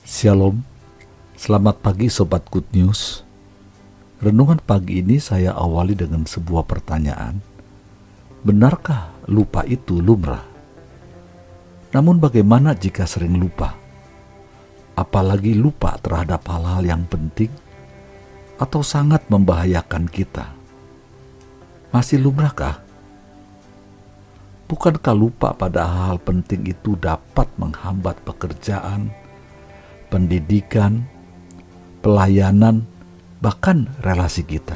Shalom, selamat pagi Sobat Good News. Renungan pagi ini saya awali dengan sebuah pertanyaan. Benarkah lupa itu lumrah? Namun bagaimana jika sering lupa? Apalagi lupa terhadap hal-hal yang penting atau sangat membahayakan kita? Masih lumrahkah? Bukankah lupa pada hal-hal penting itu dapat menghambat pekerjaan, pendidikan, pelayanan, bahkan relasi kita?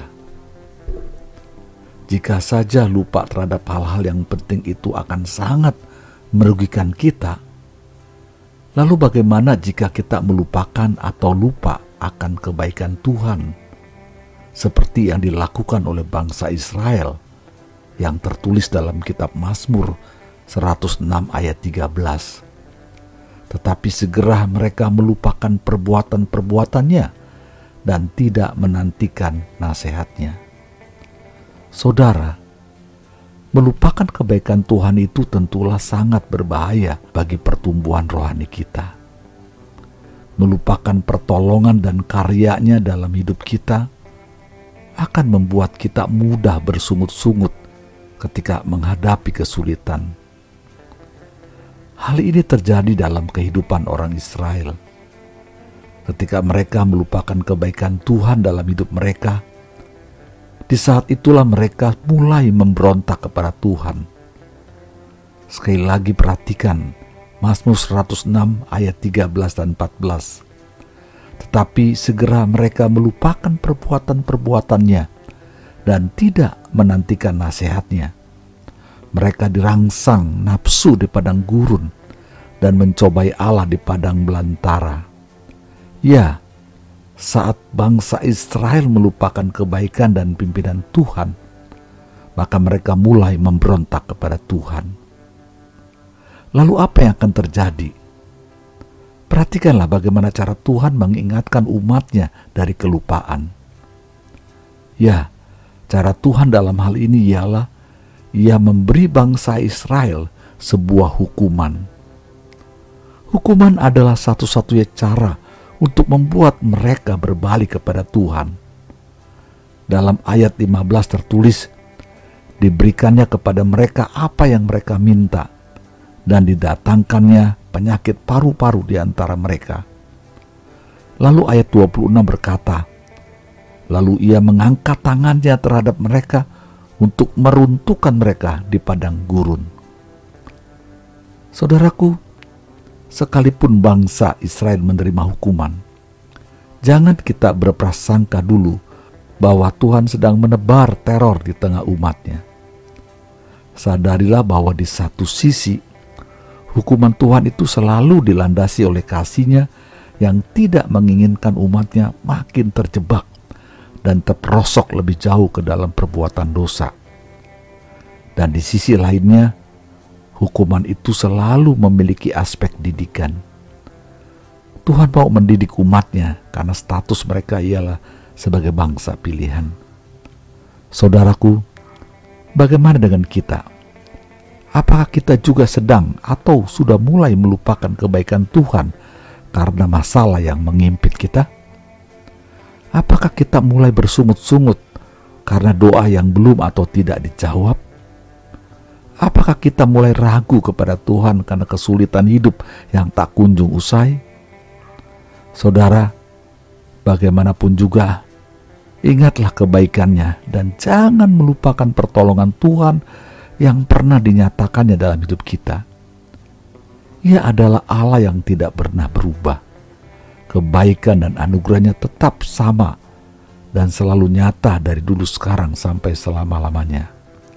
Jika saja lupa terhadap hal-hal yang penting itu akan sangat merugikan kita, lalu bagaimana jika kita melupakan atau lupa akan kebaikan Tuhan, seperti yang dilakukan oleh bangsa Israel yang tertulis dalam kitab Mazmur 106 ayat 13. Tetapi segera mereka melupakan perbuatan-perbuatannya dan tidak menantikan nasihatnya. Saudara, melupakan kebaikan Tuhan itu tentulah sangat berbahaya bagi pertumbuhan rohani kita. Melupakan pertolongan dan karyanya dalam hidup kita akan membuat kita mudah bersungut-sungut ketika menghadapi kesulitan. Hal ini terjadi dalam kehidupan orang Israel. Ketika mereka melupakan kebaikan Tuhan dalam hidup mereka, di saat itulah mereka mulai memberontak kepada Tuhan. Sekali lagi perhatikan Mazmur 106 ayat 13 dan 14. Tetapi segera mereka melupakan perbuatan-perbuatannya dan tidak menantikan nasihatnya. Mereka dirangsang nafsu di padang gurun dan mencobai Allah di padang belantara. Ya, saat bangsa Israel melupakan kebaikan dan pimpinan Tuhan, maka mereka mulai memberontak kepada Tuhan. Lalu apa yang akan terjadi? Perhatikanlah bagaimana cara Tuhan mengingatkan umatnya dari kelupaan. Ya, cara Tuhan dalam hal ini ialah Ia memberi bangsa Israel sebuah hukuman. Hukuman adalah satu-satunya cara untuk membuat mereka berbalik kepada Tuhan. Dalam ayat 15 tertulis, diberikannya kepada mereka apa yang mereka minta, dan didatangkannya penyakit paru-paru di antara mereka. Lalu ayat 26 berkata, lalu Ia mengangkat tangannya terhadap mereka untuk meruntuhkan mereka di padang gurun. Saudaraku, sekalipun bangsa Israel menerima hukuman, jangan kita berprasangka dulu bahwa Tuhan sedang menebar teror di tengah umatnya. Sadarilah bahwa di satu sisi, hukuman Tuhan itu selalu dilandasi oleh kasih-Nya yang tidak menginginkan umatnya makin terjebak dan terperosok lebih jauh ke dalam perbuatan dosa. Dan di sisi lainnya, hukuman itu selalu memiliki aspek didikan. Tuhan mau mendidik umatnya karena status mereka ialah sebagai bangsa pilihan. Saudaraku, bagaimana dengan kita? Apakah kita juga sedang atau sudah mulai melupakan kebaikan Tuhan karena masalah yang mengimpit kita? Apakah kita mulai bersungut-sungut karena doa yang belum atau tidak dijawab? Apakah kita mulai ragu kepada Tuhan karena kesulitan hidup yang tak kunjung usai? Saudara, bagaimanapun juga, ingatlah kebaikan-Nya dan jangan melupakan pertolongan Tuhan yang pernah dinyatakannya dalam hidup kita. Ia adalah Allah yang tidak pernah berubah. Kebaikan dan anugerahnya tetap sama dan selalu nyata dari dulu sekarang sampai selama-lamanya.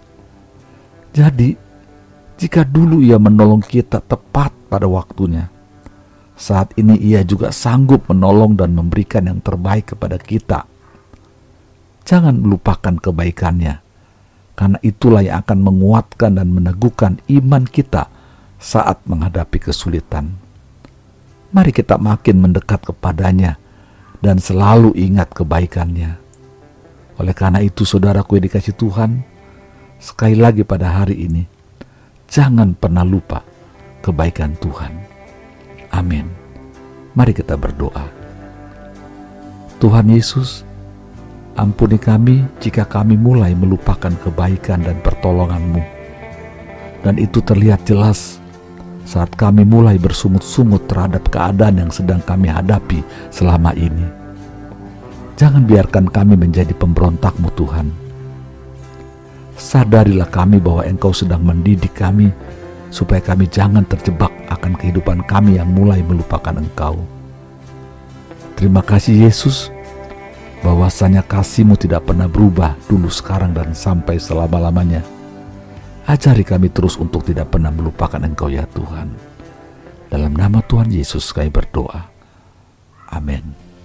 Jadi, jika dulu Ia menolong kita tepat pada waktunya, saat ini Ia juga sanggup menolong dan memberikan yang terbaik kepada kita. Jangan lupakan kebaikan-Nya, karena itulah yang akan menguatkan dan meneguhkan iman kita saat menghadapi kesulitan. Mari kita makin mendekat kepada-Nya dan selalu ingat kebaikan-Nya. Oleh karena itu, saudaraku yang dikasihi Tuhan, sekali lagi pada hari ini, jangan pernah lupa kebaikan Tuhan. Amin. Mari kita berdoa. Tuhan Yesus, ampuni kami jika kami mulai melupakan kebaikan dan pertolongan-Mu. Dan itu terlihat jelas saat kami mulai bersungut-sungut terhadap keadaan yang sedang kami hadapi selama ini. Jangan biarkan kami menjadi pemberontak-Mu Tuhan. Sadarilah kami bahwa Engkau sedang mendidik kami supaya kami jangan terjebak akan kehidupan kami yang mulai melupakan Engkau. Terima kasih Yesus, bahwasanya kasih-Mu tidak pernah berubah dulu, sekarang, dan sampai selama-lamanya. Ajari kami terus untuk tidak pernah melupakan Engkau ya Tuhan. Dalam nama Tuhan Yesus kami berdoa. Amin.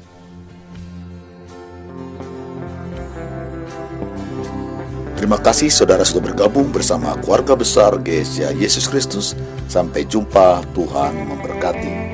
Terima kasih saudara sudah bergabung bersama keluarga besar GSJ Yesus Kristus. Sampai jumpa, Tuhan memberkati.